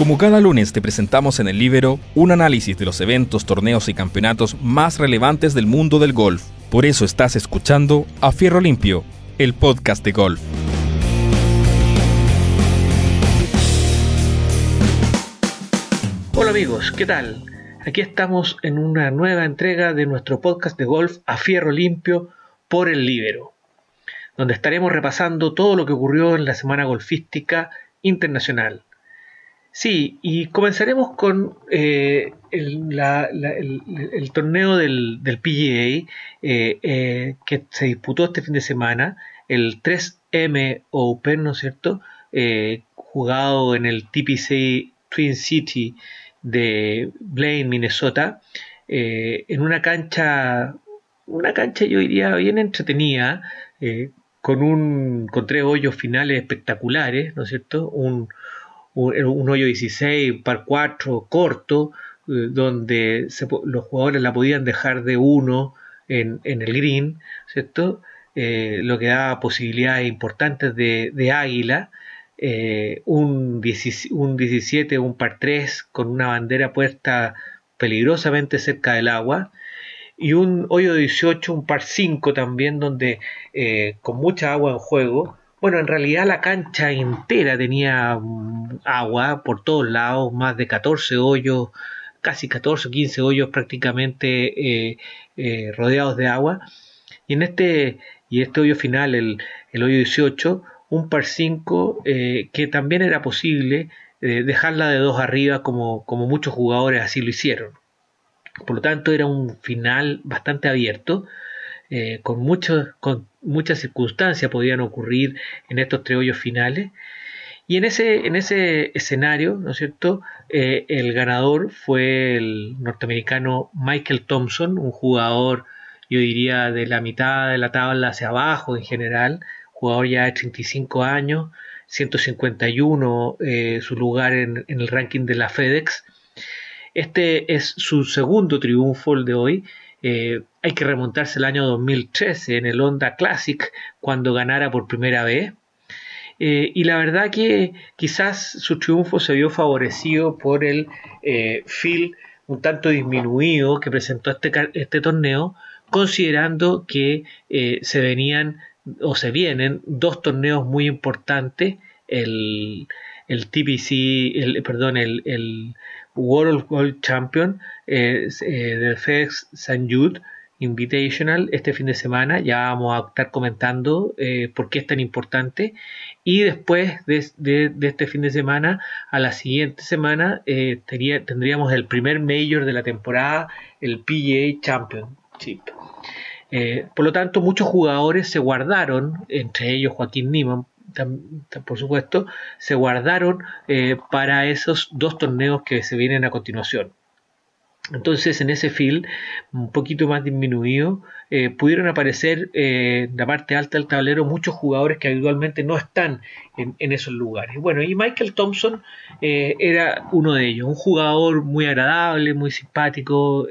Como cada lunes te presentamos en el Líbero un análisis de los eventos, torneos y campeonatos más relevantes del mundo del golf. Por eso estás escuchando A Fierro Limpio, el podcast de golf. Hola amigos, ¿qué tal? Aquí estamos en una nueva entrega de nuestro podcast de golf A Fierro Limpio por el Líbero, donde estaremos repasando todo lo que ocurrió en la semana golfística internacional. Sí, y comenzaremos con el torneo del PGA que se disputó este fin de semana, el 3M Open, ¿no es cierto? Jugado en el TPC Twin City de Blaine, Minnesota, en una cancha yo diría bien entretenida, con tres hoyos finales espectaculares, ¿no es cierto? Un hoyo 16, un par 4 corto, donde los jugadores la podían dejar de uno en el green, ¿cierto? Lo que daba posibilidades importantes de águila. Un 17, un par 3 con una bandera puesta peligrosamente cerca del agua, y un hoyo 18, un par 5 también, donde con mucha agua en juego. Bueno, en realidad la cancha entera tenía agua por todos lados, más de 14 hoyos, casi 14 o 15 hoyos prácticamente rodeados de agua. Y este hoyo final, el hoyo 18, un par 5, que también era posible dejarla de 2 arriba, como muchos jugadores así lo hicieron. Por lo tanto, era un final bastante abierto, con muchas circunstancias podían ocurrir en estos 3 hoyos finales. Y en ese escenario, ¿no es cierto?, el ganador fue el norteamericano Michael Thompson, un jugador, yo diría, de la mitad de la tabla hacia abajo en general, jugador ya de 35 años, 151 su lugar en el ranking de la FedEx. Este es su segundo triunfo, el de hoy. Hay que remontarse al año 2013 en el Honda Classic, cuando ganara por primera vez. Y la verdad que quizás su triunfo se vio favorecido por el feel un tanto disminuido que presentó este torneo, considerando que se vienen 2 torneos muy importantes, el TPC, el World Golf Champion del FedEx St. Jude Invitational este fin de semana. Ya vamos a estar comentando por qué es tan importante. Y después de este fin de semana, a la siguiente semana, tendríamos el primer Major de la temporada, el PGA Championship. Por lo tanto, muchos jugadores se guardaron, entre ellos Joaquín Niemann, por supuesto, se guardaron para esos 2 torneos que se vienen a continuación. Entonces, en ese field un poquito más disminuido, pudieron aparecer en la parte alta del tablero muchos jugadores que habitualmente no están en esos lugares. Bueno, y Michael Thompson era uno de ellos, un jugador muy agradable, muy simpático.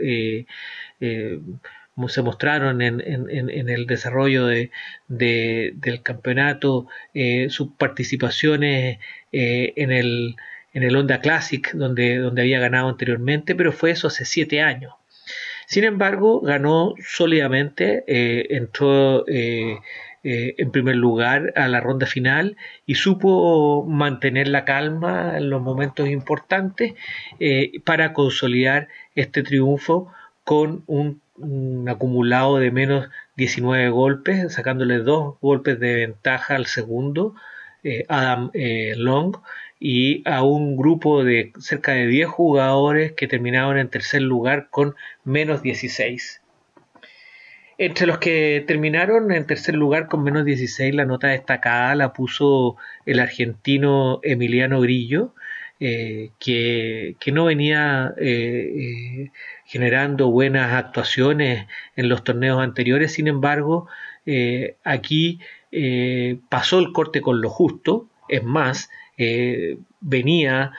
Se mostraron en el desarrollo del campeonato sus participaciones en el Honda Classic, donde había ganado anteriormente, pero fue eso hace 7 años. Sin embargo, ganó sólidamente, entró en primer lugar a la ronda final y supo mantener la calma en los momentos importantes para consolidar este triunfo con un acumulado de menos 19 golpes, sacándole 2 golpes de ventaja al segundo, Adam Long, y a un grupo de cerca de 10 jugadores que terminaron en tercer lugar con menos 16. Entre los que terminaron en tercer lugar con menos 16, la nota destacada la puso el argentino Emiliano Grillo, que no venía generando buenas actuaciones en los torneos anteriores. Sin embargo, aquí pasó el corte con lo justo. Es más, venía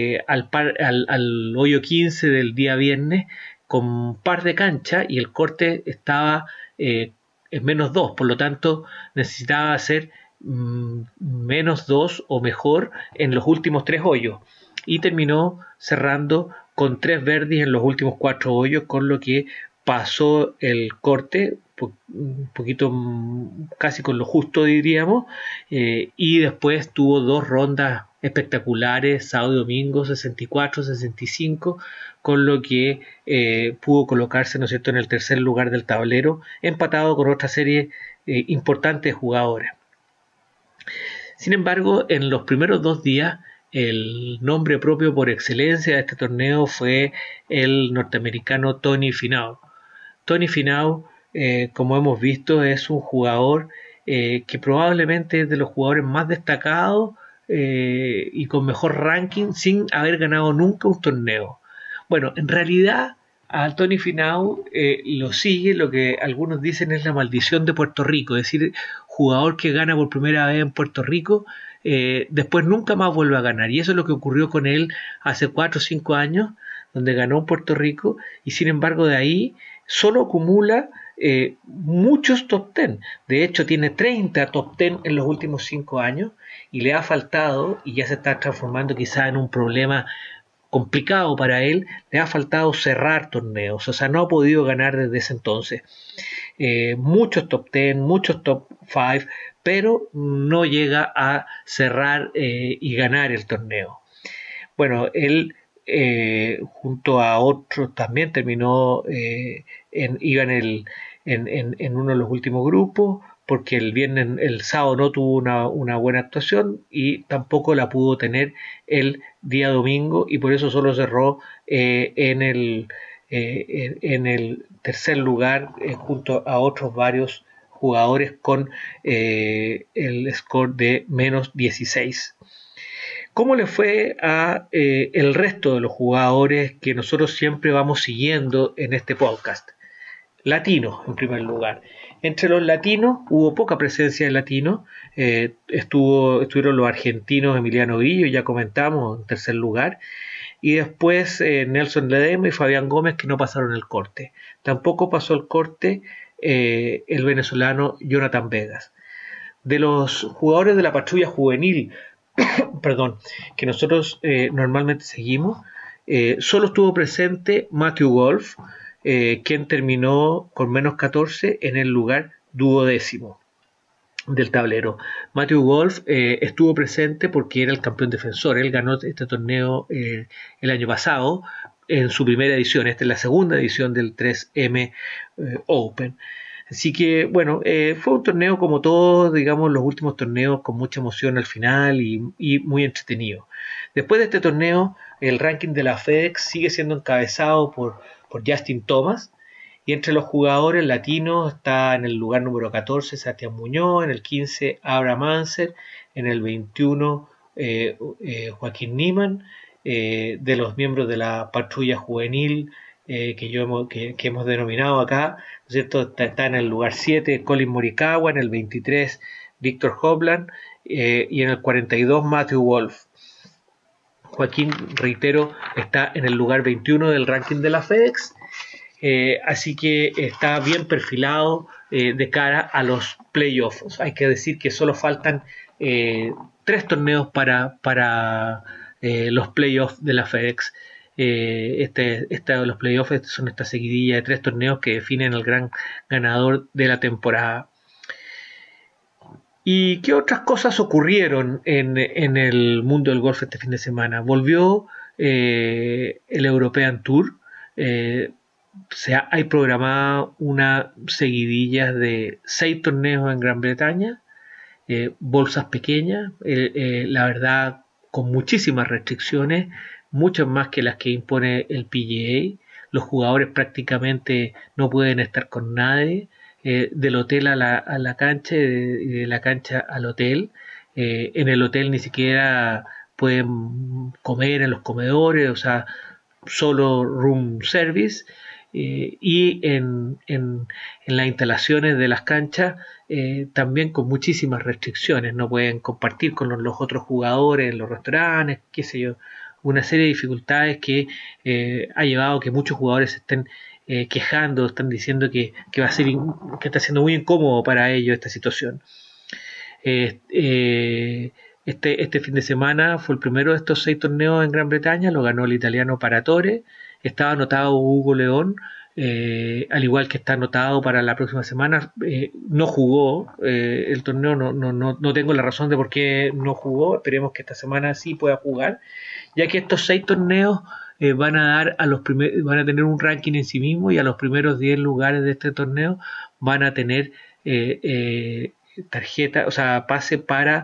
al hoyo 15 del día viernes con par de cancha y el corte estaba en menos 2, por lo tanto necesitaba hacer menos 2 o mejor en los últimos 3 hoyos. y terminó cerrando con 3 verdis en los últimos 4 hoyos, con lo que pasó el corte un poquito, casi con lo justo diríamos, y después tuvo 2 rondas espectaculares, sábado y domingo, 64, 65, con lo que pudo colocarse, ¿no es cierto?, en el tercer lugar del tablero, empatado con otra serie importante de jugadores. Sin embargo, en los primeros 2 días, el nombre propio por excelencia de este torneo fue el norteamericano Tony Finau. Tony Finau, como hemos visto, es un jugador que probablemente es de los jugadores más destacados y con mejor ranking sin haber ganado nunca un torneo. Bueno, en realidad a Tony Finau lo sigue lo que algunos dicen es la maldición de Puerto Rico, es decir, jugador que gana por primera vez en Puerto Rico, después nunca más vuelve a ganar, y eso es lo que ocurrió con él hace 4 o 5 años, donde ganó en Puerto Rico, y sin embargo de ahí solo acumula muchos top 10. De hecho, tiene 30 top 10 en los últimos 5 años, y le ha faltado, y ya se está transformando quizá en un problema complicado para él, le ha faltado cerrar torneos, o sea, no ha podido ganar desde ese entonces. Muchos top 10, muchos top 5, pero no llega a cerrar y ganar el torneo. Bueno, él junto a otros también terminó, iba en uno de los últimos grupos, porque el sábado no tuvo una buena actuación y tampoco la pudo tener el día domingo, y por eso solo cerró en el tercer lugar junto a otros varios jugadores con el score de menos 16. ¿Cómo le fue a el resto de los jugadores que nosotros siempre vamos siguiendo en este podcast? Latinos, en primer lugar. Entre los latinos hubo poca presencia de latinos. Estuvieron los argentinos Emiliano Grillo, ya comentamos, en tercer lugar. Y después Nelson Ledesma y Fabián Gómez, que no pasaron el corte. Tampoco pasó el corte el venezolano Jonathan Vegas. De los jugadores de la patrulla juvenil, perdón, que nosotros normalmente seguimos, solo estuvo presente Matthew Wolff, quien terminó con menos 14 en el lugar 12º del tablero. Matthew Wolff estuvo presente porque era el campeón defensor. Él ganó este torneo el año pasado en su primera edición. Esta es la segunda edición del 3M Open. Así que, bueno, fue un torneo como todos, digamos, los últimos torneos, con mucha emoción al final y muy entretenido. Después de este torneo, el ranking de la FedEx sigue siendo encabezado por Justin Thomas, y entre los jugadores latinos está en el lugar número 14 Sebastián Muñoz, en el 15 Abraham Anser, en el 21 Joaquín Niemann, de los miembros de la patrulla juvenil que hemos denominado acá, ¿no es cierto? Está en el lugar 7 Colin Morikawa, en el 23 Víctor Hovland y en el 42 Matthew Wolff. Joaquín, reitero, está en el lugar 21 del ranking de la FedEx, así que está bien perfilado de cara a los playoffs. Hay que decir que solo faltan 3 torneos para los playoffs de la FedEx. Los playoffs son esta seguidilla de 3 torneos que definen el gran ganador de la temporada. ¿Y qué otras cosas ocurrieron en el mundo del golf este fin de semana? Volvió el European Tour. Hay programada una seguidilla de 6 torneos en Gran Bretaña, bolsas pequeñas, la verdad con muchísimas restricciones, muchas más que las que impone el PGA. Los jugadores prácticamente no pueden estar con nadie, del hotel a la cancha y de la cancha al hotel. En el hotel ni siquiera pueden comer en los comedores, o sea, solo room service. Y en las instalaciones de las canchas también con muchísimas restricciones. No pueden compartir con los otros jugadores en los restaurantes, qué sé yo, una serie de dificultades que ha llevado a que muchos jugadores estén quejando, están diciendo que está siendo muy incómodo para ellos esta situación. Este fin de semana fue el primero de estos 6 torneos en Gran Bretaña, lo ganó el italiano Paratore, estaba anotado Hugo León, al igual que está anotado para la próxima semana. No jugó el torneo, no tengo la razón de por qué no jugó, esperemos que esta semana sí pueda jugar, ya que estos 6 torneos van a dar van a tener un ranking en sí mismo, y a los primeros 10 lugares de este torneo van a tener tarjeta, o sea, pase para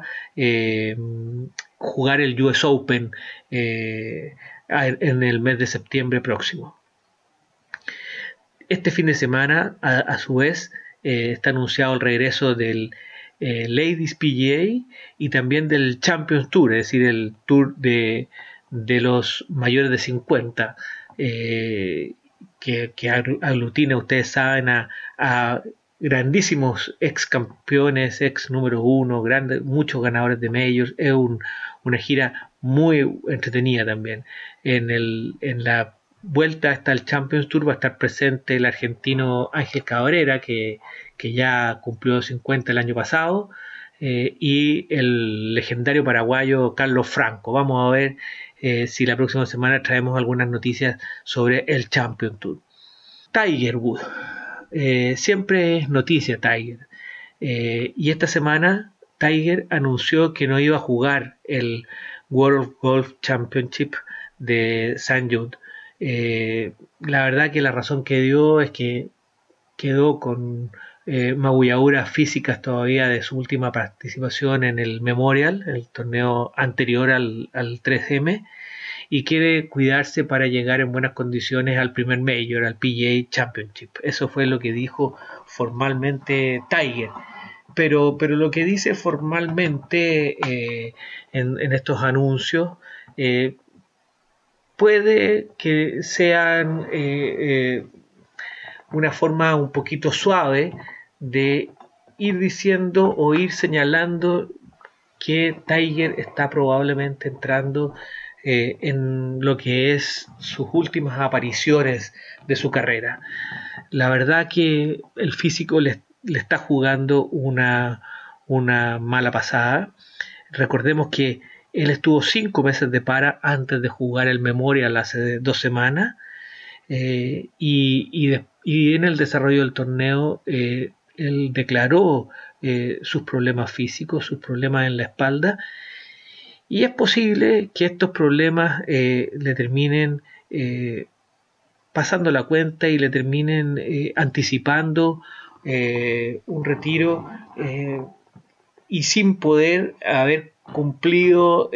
jugar el US Open en el mes de septiembre próximo. Este fin de semana, a su vez, está anunciado el regreso del Ladies PGA y también del Champions Tour, es decir, el Tour de los mayores de 50, que aglutina, ustedes saben, a grandísimos ex campeones, ex número uno, muchos ganadores de majors. Es una gira muy entretenida también. En la vuelta hasta el Champions Tour va a estar presente el argentino Ángel Cabrera, que ya cumplió 50 el año pasado, y el legendario paraguayo Carlos Franco. Vamos a ver si la próxima semana traemos algunas noticias sobre el Champions Tour. Tiger Woods. Siempre es noticia Tiger. Y esta semana Tiger anunció que no iba a jugar el World Golf Championship de St. Jude. La verdad que la razón que dio es que quedó con magulladuras físicas todavía de su última participación en el Memorial, el torneo anterior al 3M, y quiere cuidarse para llegar en buenas condiciones al primer Major, al PGA Championship. Eso fue lo que dijo formalmente Tiger. Pero lo que dice formalmente en estos anuncios puede que sean una forma un poquito suave de ir diciendo o ir señalando que Tiger está probablemente entrando en lo que es sus últimas apariciones de su carrera. La verdad que el físico le está jugando una mala pasada. Recordemos que él estuvo 5 meses de para antes de jugar el Memorial hace 2 semanas, y en el desarrollo del torneo él declaró sus problemas físicos, sus problemas en la espalda, y es posible que estos problemas le terminen pasando la cuenta y le terminen anticipando un retiro, y sin poder haber cumplido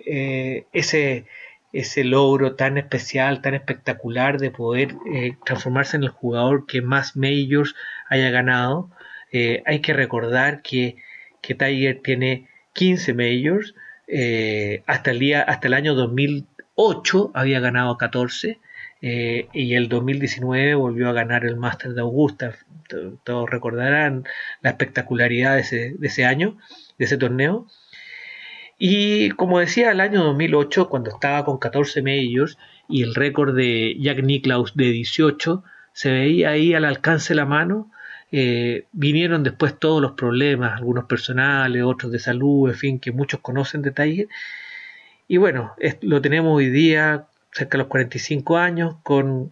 ese logro tan especial, tan espectacular de poder transformarse en el jugador que más majors haya ganado. Hay que recordar que Tiger tiene 15 majors, hasta el año 2008 había ganado 14, y el 2019 volvió a ganar el Masters de Augusta. Todos recordarán la espectacularidad de ese año, de ese torneo. Y como decía, el año 2008, cuando estaba con 14 majors y el récord de Jack Nicklaus de 18, se veía ahí al alcance de la mano. Vinieron después todos los problemas, algunos personales, otros de salud, en fin, que muchos conocen de Tiger. Y bueno, lo tenemos hoy día cerca de los 45 años, con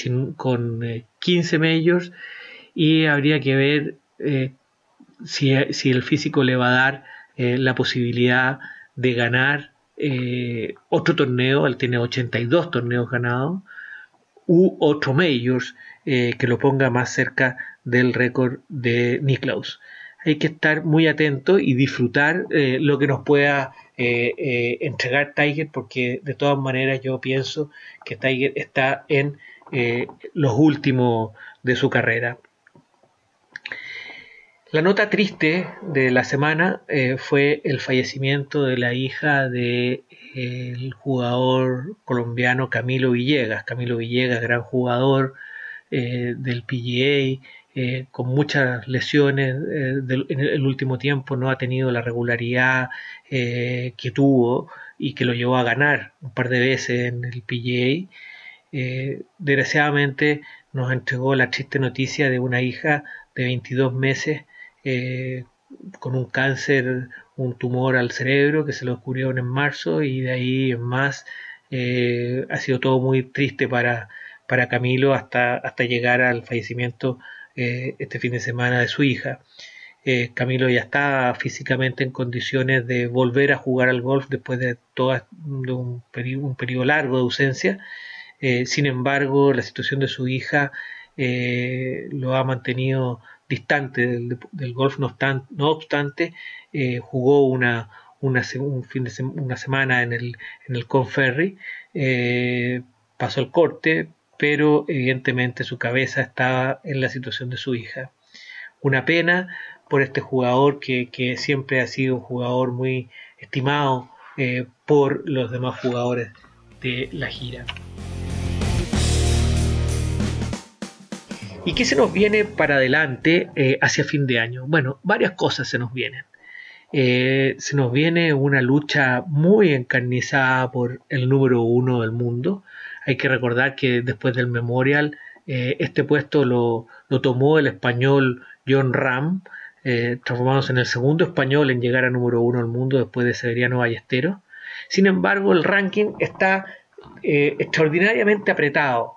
15 majors, y habría que ver si el físico le va a dar la posibilidad de ganar otro torneo. Él tiene 82 torneos ganados, u otro majors que lo ponga más cerca del récord de Nicklaus. Hay que estar muy atento y disfrutar lo que nos pueda entregar Tiger, porque de todas maneras yo pienso que Tiger está en los últimos de su carrera. La nota triste de la semana fue el fallecimiento de la hija del jugador colombiano Camilo Villegas. Camilo Villegas, gran jugador del PGA, con muchas lesiones en el último tiempo, no ha tenido la regularidad que tuvo y que lo llevó a ganar un par de veces en el PGA. Desgraciadamente nos entregó la triste noticia de una hija de 22 meses con un cáncer, un tumor al cerebro que se lo descubrieron en marzo, y de ahí en más ha sido todo muy triste para Camilo hasta llegar al fallecimiento este fin de semana de su hija. Camilo ya está físicamente en condiciones de volver a jugar al golf después de un periodo largo de ausencia. Sin embargo, la situación de su hija lo ha mantenido distante del golf. No obstante, jugó una semana en el Conferry, pasó el corte, pero evidentemente su cabeza estaba en la situación de su hija. Una pena por este jugador que siempre ha sido un jugador muy estimado por los demás jugadores de la gira. ¿Y qué se nos viene para adelante hacia fin de año? Bueno, varias cosas se nos vienen. Se nos viene una lucha muy encarnizada por el número 1 del mundo. Hay que recordar que después del Memorial este puesto lo tomó el español Jon Rahm, transformándose en el segundo español en llegar a número 1 del mundo después de Severiano Ballesteros. Sin embargo, el ranking está extraordinariamente apretado,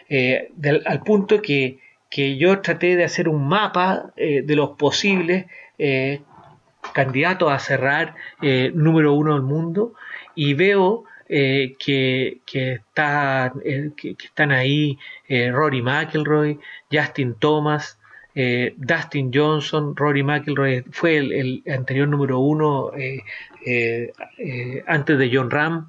al punto que yo traté de hacer un mapa de los posibles candidatos a cerrar número 1 del mundo, y veo que están ahí Rory McIlroy, Justin Thomas, Dustin Johnson. Rory McIlroy fue el anterior número 1 antes de Jon Rahm.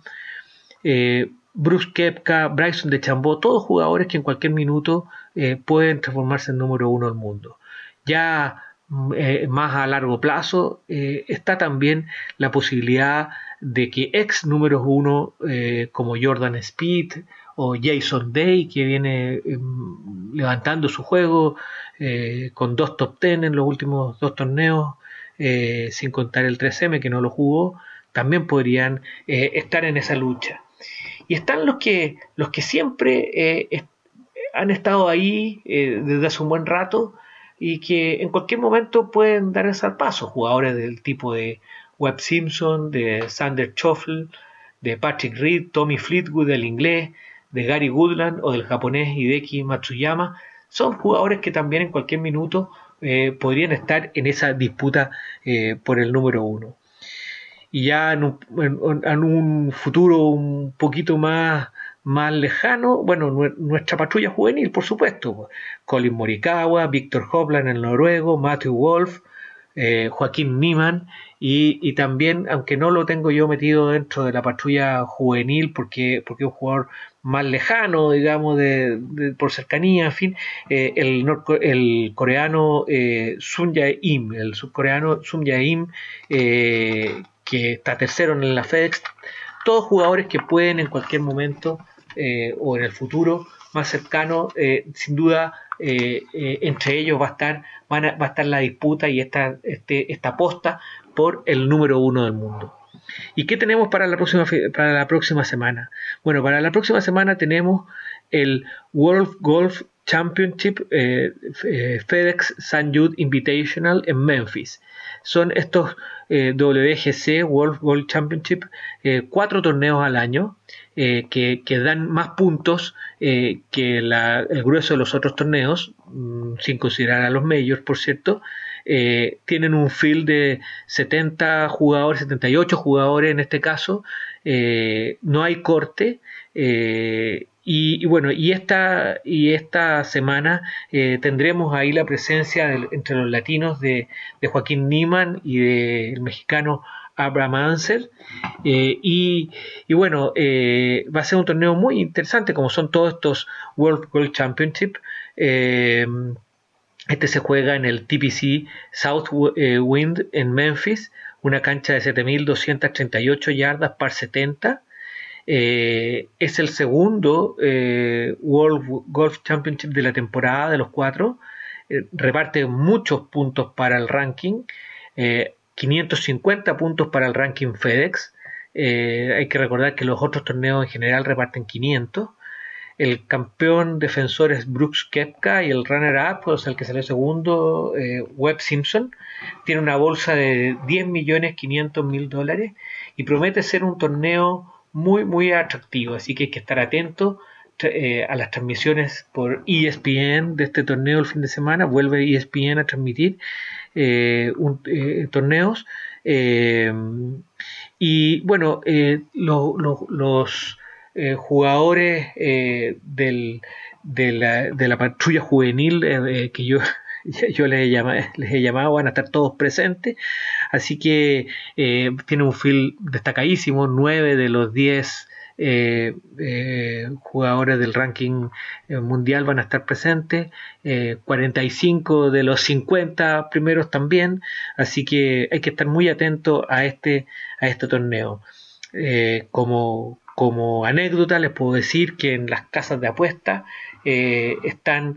Brooks Koepka, Bryson DeChambeau, todos jugadores que en cualquier minuto pueden transformarse en número 1 del mundo. Ya más a largo plazo está también la posibilidad de que ex números 1 como Jordan Spieth o Jason Day, que viene levantando su juego con 2 top 10 en los últimos 2 torneos, sin contar el 3M que no lo jugó, también podrían estar en esa lucha. Y están los que siempre han estado ahí desde hace un buen rato y que en cualquier momento pueden dar el salpazo. Jugadores del tipo de Webb Simpson, de Xander Schauffele, de Patrick Reed, Tommy Fleetwood, del inglés, de Gary Woodland o del japonés Hideki Matsuyama. Son jugadores que también en cualquier minuto podrían estar en esa disputa por el número 1. Y ya en un futuro un poquito más lejano, bueno, nuestra patrulla juvenil, por supuesto, Colin Morikawa, Viktor Hovland, el noruego, Matthew Wolff, Joaquín Niemann, y también, aunque no lo tengo yo metido dentro de la patrulla juvenil porque es un jugador más lejano, digamos, por cercanía, en fin, el coreano Sung Jae-im, el subcoreano Sung Jae-im, que está tercero en la FedEx. Todos jugadores que pueden en cualquier momento o en el futuro más cercano, sin duda entre ellos va a estar la disputa y esta aposta por el número 1 del mundo. ¿Y qué tenemos para la próxima semana? Bueno, para la próxima semana tenemos el World Golf Championship FedEx St. Jude Invitational en Memphis. Son estos WGC World Golf Championship, 4 torneos al año que dan más puntos que el grueso de los otros torneos, sin considerar a los majors, por cierto. Tienen un field de 70 jugadores, 78 jugadores en este caso. No hay corte. Y bueno, y esta semana tendremos ahí la presencia entre los latinos de Joaquín Niemann y del mexicano Abraham Ansel, y bueno, va a ser un torneo muy interesante, como son todos estos World Golf Championship. Este se juega en el TPC Southwind en Memphis, una cancha de 7.238 yardas par 70. Es el segundo World Golf Championship de la temporada de los 4. Reparte muchos puntos para el ranking, 550 puntos para el ranking FedEx. Hay que recordar que los otros torneos en general reparten 500. el campeón defensor es Brooks Koepka y el runner-up, o sea, el que salió segundo, Webb Simpson. Tiene una bolsa de $10.500.000 y promete ser un torneo muy, muy atractivo. Así que hay que estar atento a las transmisiones por ESPN de este torneo el fin de semana. Vuelve ESPN a transmitir torneos. Y bueno, los jugadores de la patrulla juvenil que yo les he llamado, van a estar todos presentes, así que tiene un field destacadísimo. 9 de los 10 jugadores del ranking mundial van a estar presentes, 45 de los 50 primeros también, así que hay que estar muy atento a este torneo. Como anécdota les puedo decir que en las casas de apuestas están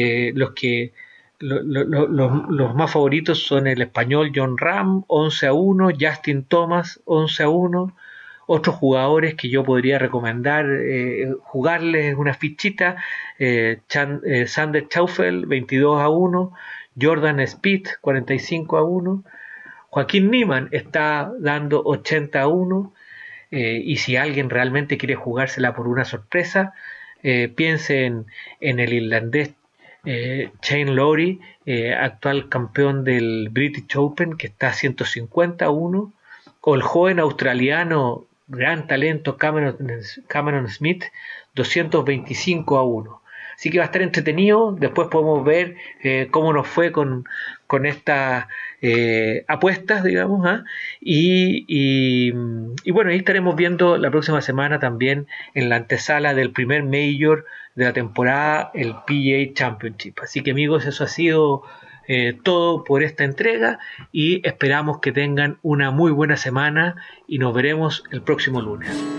los más favoritos son el español Jon Rahm 11-1, Justin Thomas 11-1. Otros jugadores que yo podría recomendar jugarles una fichita, Sander Schaufel 22-1, Jordan Spieth 45-1, Joaquín Niemann está dando 80-1. Y si alguien realmente quiere jugársela por una sorpresa, piense en el irlandés Shane Lowry, actual campeón del British Open, que está a 150-1, o el joven australiano, gran talento Cameron Smith, 225-1. Así que va a estar entretenido. Después podemos ver cómo nos fue con estas apuestas, digamos. Y bueno, ahí estaremos viendo la próxima semana también en la antesala del primer Major de la temporada, el PGA Championship. Así que amigos, eso ha sido todo por esta entrega y esperamos que tengan una muy buena semana y nos veremos el próximo lunes.